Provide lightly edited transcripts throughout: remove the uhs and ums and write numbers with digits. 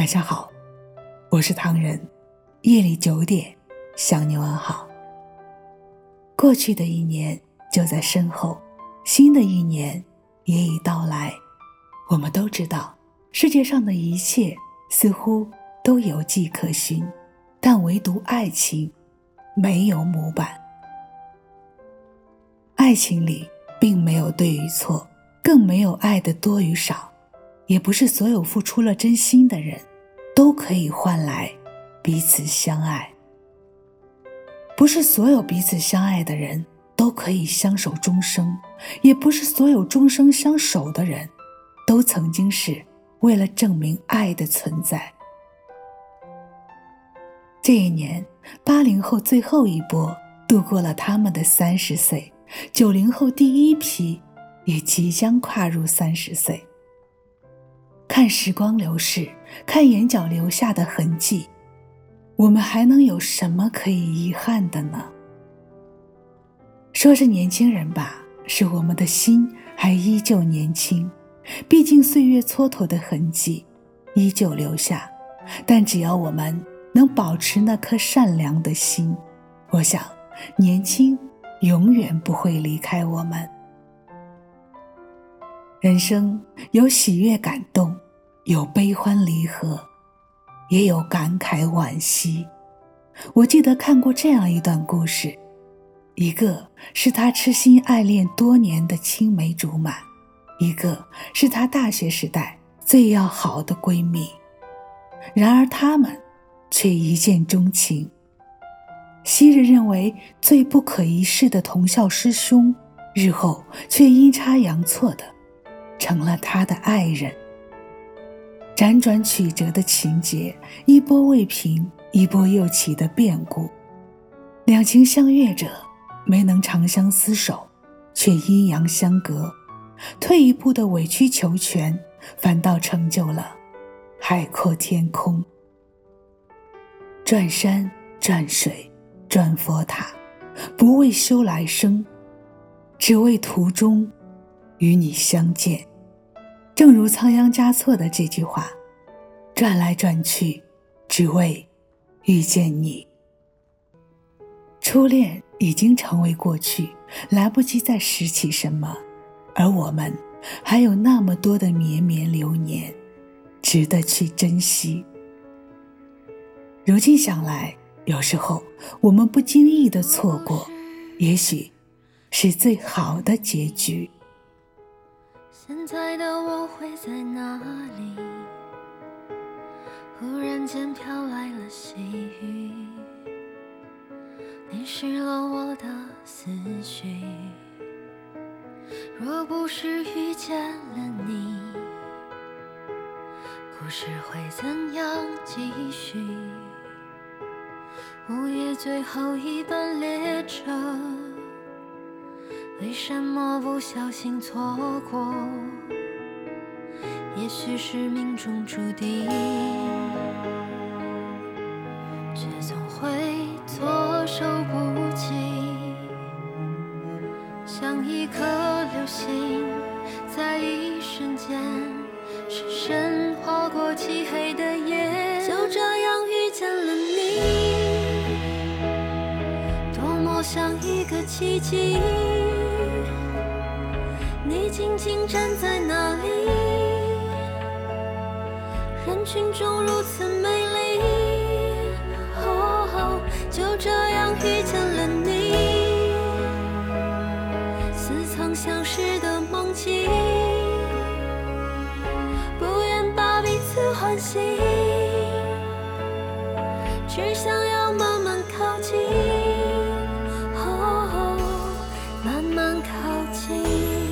晚上好，我是唐人，夜里9点向你问好。过去的一年就在身后，新的一年也已到来。我们都知道，世界上的一切似乎都有迹可循，但唯独爱情没有模板。爱情里并没有对与错，更没有爱的多与少，也不是所有付出了真心的人都可以换来彼此相爱，不是所有彼此相爱的人都可以相守终生，也不是所有终生相守的人都曾经是为了证明爱的存在。这一年，80后最后一波度过了他们的30岁，90后第一批也即将跨入30岁。看时光流逝，看眼角留下的痕迹，我们还能有什么可以遗憾的呢？说是年轻人吧，是我们的心还依旧年轻，毕竟岁月蹉跎的痕迹依旧留下，但只要我们能保持那颗善良的心，我想年轻永远不会离开我们。人生有喜悦感动，有悲欢离合，也有感慨惋惜。我记得看过这样一段故事，一个是他痴心爱恋多年的青梅竹马，一个是他大学时代最要好的闺蜜，然而他们却一见钟情。昔日认为最不可一世的同校师兄，日后却阴差阳错的成了他的爱人。辗转曲折的情节，一波未平一波又起的变故，两情相悦者没能长相厮守，却阴阳相隔，退一步的委曲求全，反倒成就了海阔天空。转山转水转佛塔，不为修来生，只为途中与你相见。正如仓央嘉措的这句话，转来转去只为遇见你。初恋已经成为过去，来不及再拾起什么，而我们还有那么多的绵绵流年值得去珍惜。如今想来，有时候我们不经意的错过，也许是最好的结局。 现在的我会在哪里？忽然间飘来了细雨，淋湿了我的思绪。若不是遇见了你，故事会怎样继续？午夜最后一班列车，为什么不小心错过？也许是命中注定，却总会措手不及。像一颗流星，在一瞬间深深划过漆黑的夜，就这样遇见了你，多么像一个奇迹。你静静站在那里，人群中如此美丽。哦，就这样遇见了你，似曾相识的梦境，不愿把彼此唤醒，只想要慢慢靠近。哦，慢慢靠近。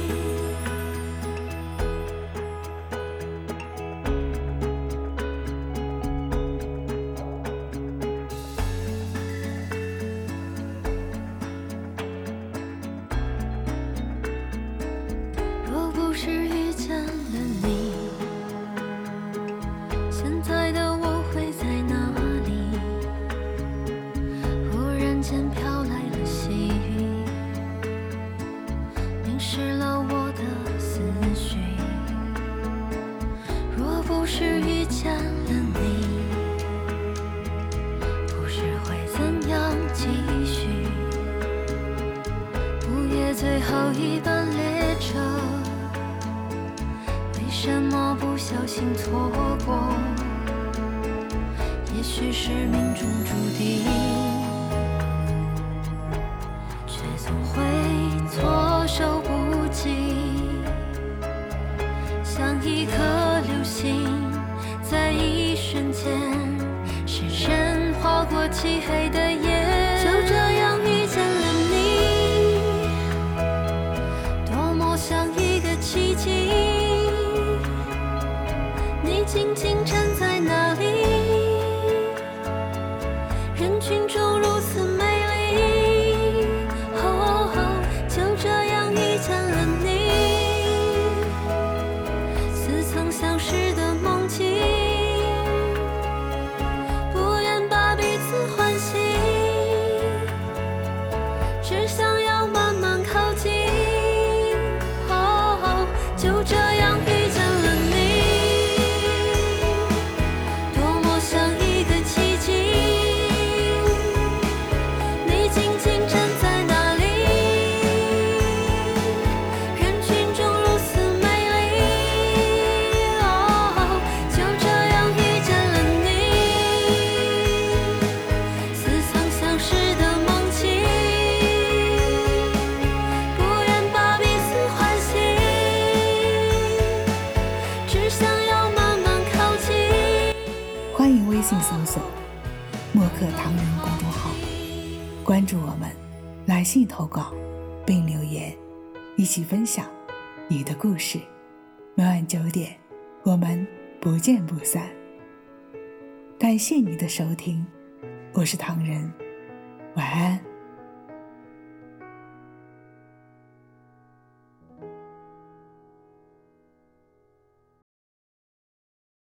不是遇见了你，现在的我会在哪里？忽然间飘来了细雨，淋湿了我的思绪。若不是遇见了你， 好一班列车，为什么不小心错过？也许是命中注定，却总会措手不及，像一颗流星，在一瞬间深深划过漆黑的夜，就这样遇见了你，多么像一个奇迹。你静静站在那里，人群中如此美丽，就这样遇见了你，似曾相识的梦境，不愿把彼此唤醒，只想要慢慢靠近，就这样遇见了你，多么像一个奇迹。你静静站在那里，人群中如此美丽，就这样遇见了你，似曾相识的梦境，不愿把彼此唤醒，只想要慢慢靠近。 欢迎微信搜索墨客唐人公众号，关注我们，来信投稿并留言，一起分享你的故事。每晚9点，我们不见不散。感谢你的收听，我是唐人，晚安。